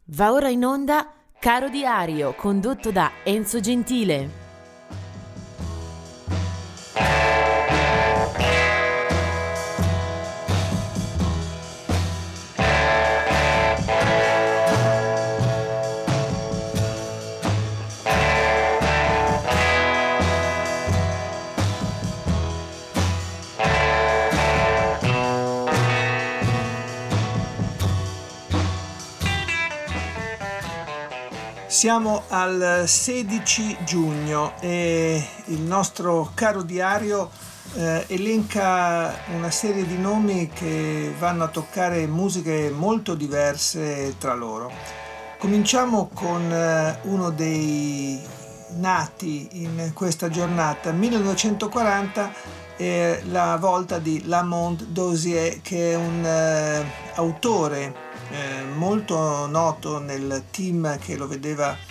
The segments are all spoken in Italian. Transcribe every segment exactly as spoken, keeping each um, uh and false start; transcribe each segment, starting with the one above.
Va ora in onda Caro Diario, condotto da Enzo Gentile. Siamo al sedici giugno e il nostro caro diario eh, elenca una serie di nomi che vanno a toccare musiche molto diverse tra loro. Cominciamo con eh, uno dei nati in questa giornata, millenovecentoquaranta, eh, la volta di Lamont Dozier, che è un eh, autore Eh, molto noto nel team che lo vedeva eh,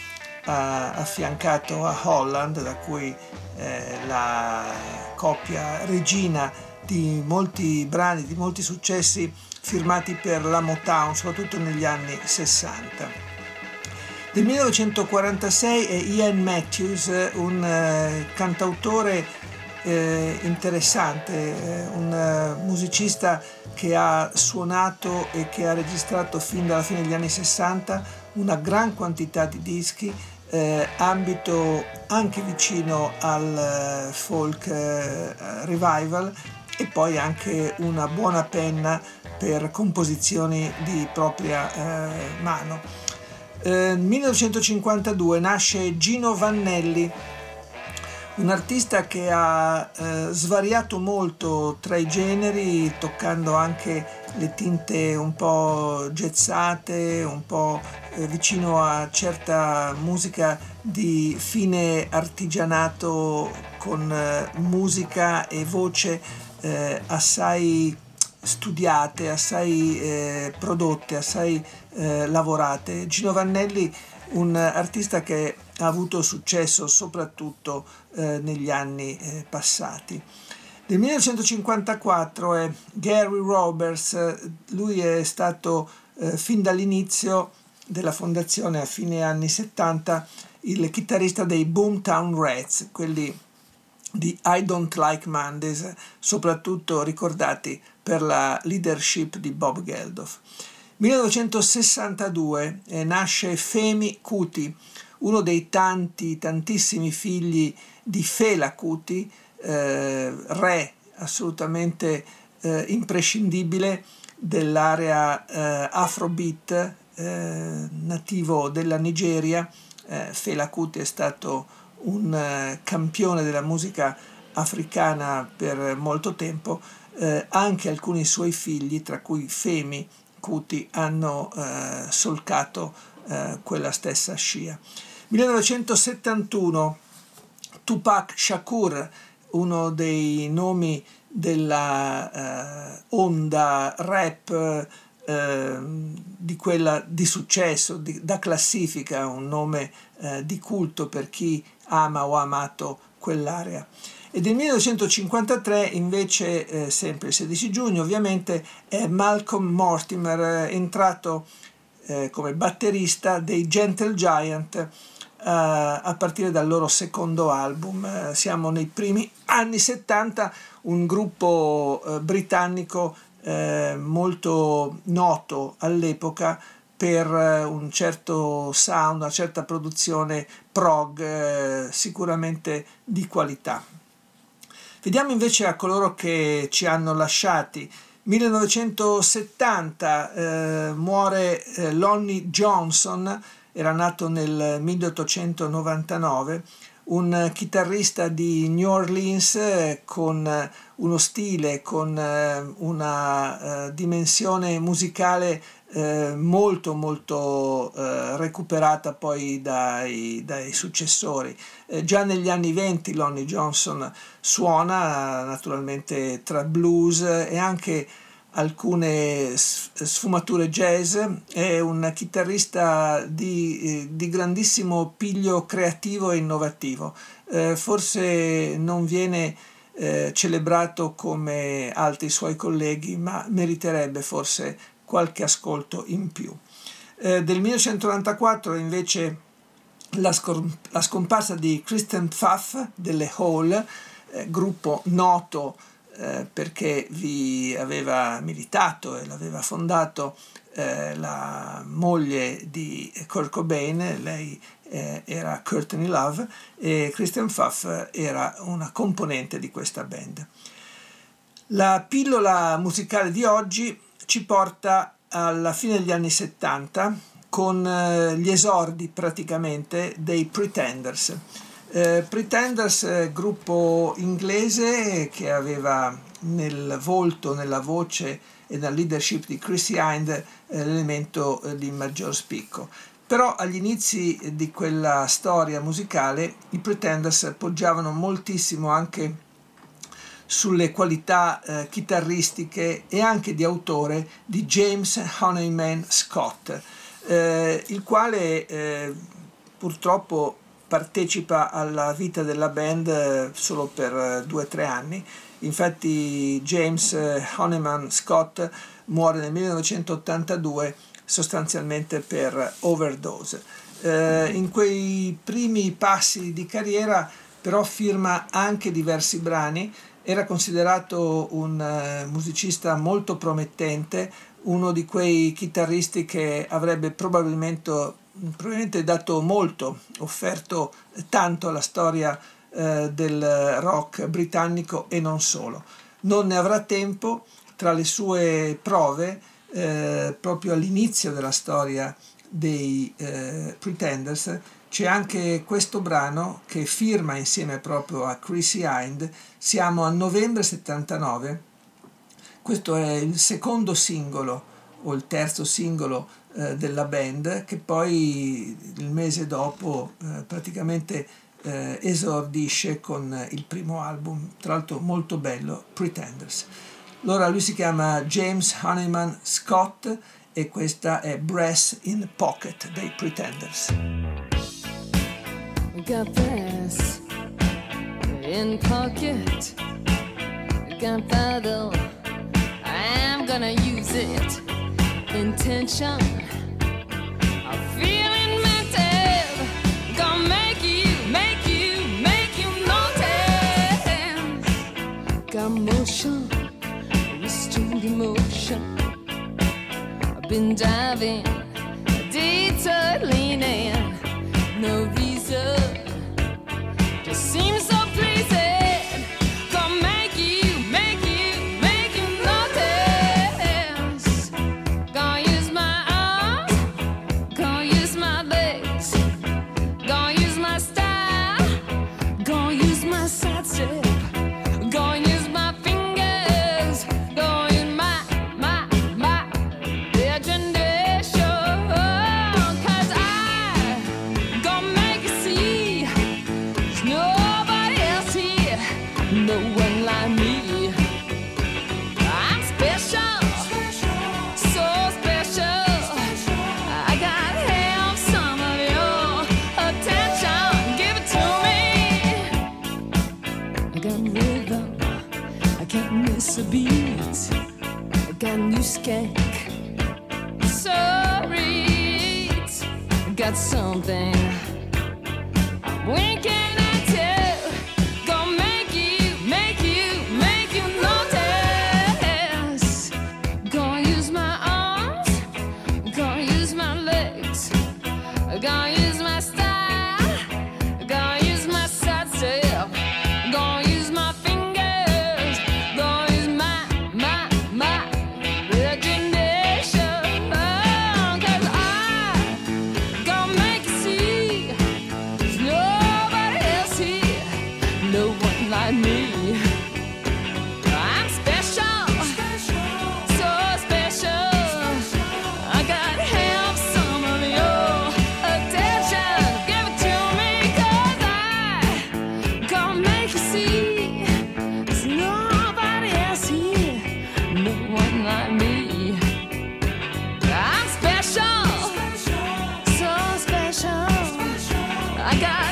affiancato a Holland, da cui eh, la coppia regina di molti brani, di molti successi firmati per la Motown, soprattutto negli anni sessanta. Del millenovecentoquarantasei è Ian Matthews, un eh, cantautore Eh, interessante, eh, un uh, musicista che ha suonato e che ha registrato fin dalla fine degli anni sessanta una gran quantità di dischi, eh, ambito anche vicino al uh, folk uh, revival, e poi anche una buona penna per composizioni di propria uh, mano. Nel uh, millenovecentocinquantadue nasce Gino Vannelli, un artista che ha eh, svariato molto tra i generi, toccando anche le tinte un po' jazzate, un po' eh, vicino a certa musica di fine artigianato, con eh, musica e voce eh, assai studiate, assai eh, prodotte, assai eh, lavorate. Gino Vannelli, un artista che ha avuto successo soprattutto eh, negli anni eh, passati. Nel millenovecentocinquantaquattro è Gary Roberts, lui è stato eh, fin dall'inizio della fondazione, a fine anni settanta, il chitarrista dei Boomtown Rats, quelli di I Don't Like Mondays, soprattutto ricordati per la leadership di Bob Geldof. millenovecentosessantadue eh, nasce Femi Kuti, uno dei tanti, tantissimi figli di Fela Kuti, eh, re assolutamente eh, imprescindibile dell'area eh, Afrobeat, eh, nativo della Nigeria. Eh, Fela Kuti è stato un eh, campione della musica africana per molto tempo. Eh, anche alcuni suoi figli, tra cui Femi Kuti, hanno eh, solcato eh, quella stessa scia. millenovecentosettantuno, Tupac Shakur, uno dei nomi della eh, onda rap eh, di quella di successo, di, da classifica, un nome eh, di culto per chi ama o ha amato quell'area. E del millenovecentocinquantatré invece, eh, sempre il sedici giugno ovviamente, è Malcolm Mortimer, eh, entrato eh, come batterista dei Gentle Giant Uh, a partire dal loro secondo album. Uh, siamo nei primi anni settanta, un gruppo uh, britannico uh, molto noto all'epoca per uh, un certo sound, una certa produzione prog, uh, sicuramente di qualità. Vediamo invece a coloro che ci hanno lasciati. millenovecentosettanta uh, muore uh, Lonnie Johnson. Era nato nel milleottocentonovantanove, un chitarrista di New Orleans con uno stile, con una dimensione musicale molto molto recuperata poi dai, dai successori. Già negli anni venti Lonnie Johnson suona naturalmente tra blues e anche alcune sfumature jazz. È un chitarrista di, di grandissimo piglio creativo e innovativo. Eh, forse non viene eh, celebrato come altri suoi colleghi, ma meriterebbe forse qualche ascolto in più. Eh, del millenovecentonovantaquattro invece la, scor- la scomparsa di Kristen Pfaff delle Hole, eh, gruppo noto eh, perché vi aveva militato e l'aveva fondato eh, la moglie di Kurt Cobain. Lei eh, era Courtney Love e Kristen Pfaff era una componente di questa band. La pillola musicale di oggi ci porta alla fine degli anni settanta con eh, gli esordi praticamente dei Pretenders. Eh, Pretenders, eh, gruppo inglese che aveva nel volto, nella voce e nella leadership di Chrissie Hynde eh, l'elemento eh, di maggior spicco. Però agli inizi di quella storia musicale i Pretenders poggiavano moltissimo anche sulle qualità eh, chitarristiche e anche di autore di James Honeyman Scott, eh, il quale eh, purtroppo partecipa alla vita della band eh, solo per eh, due o tre anni. Infatti James Honeyman Scott muore nel millenovecentottantadue sostanzialmente per overdose. Eh, in quei primi passi di carriera però firma anche diversi brani. Era considerato un uh, musicista molto promettente, uno di quei chitarristi che avrebbe probabilmente, probabilmente dato molto, offerto tanto alla storia uh, del rock britannico e non solo. Non ne avrà tempo. Tra le sue prove, eh, proprio all'inizio della storia dei eh, Pretenders, c'è anche questo brano che firma insieme proprio a Chrissie Hynde. Siamo a novembre settantanove. Questo è il secondo singolo o il terzo singolo eh, della band, che poi il mese dopo eh, praticamente eh, esordisce con il primo album, tra l'altro molto bello, Pretenders. Allora lui si chiama James Honeyman Scott e questa è Brass in the Pocket dei Pretenders. Got brass in pocket, got paddle, I'm gonna use it. Intention, I'm feeling mental, gonna make you, make you, make you notice. Got motion, restrained emotion, I've been diving, detour leaning, no reason. Just seems so pleasing. Gonna make you, make you, make you notice. Gonna use my arms, gonna use my legs, gonna use my style, gonna use my side step, gonna use my fingers, gonna use my, my, my imagination. Cause I gonna make you see there's nobody else here, no one like me. I'm special, so special. I gotta have some of your attention. Give it to me. I got rhythm, I can't miss a beat. I got new skank, sorry, I got something I'm winking at you. Gonna make you, make you, make you notice. Gonna use my arms, gonna use my legs, gonna use my style, gonna use my side step, gonna use my fingers, gonna use my, my, my imagination. Cause I gonna make you see there's nobody else here, no one like me. I'm special, so special. I gotta have some of your attention. Give it to me, cause I gonna make you see there's nobody else here, no one like me. I'm special, so special. I got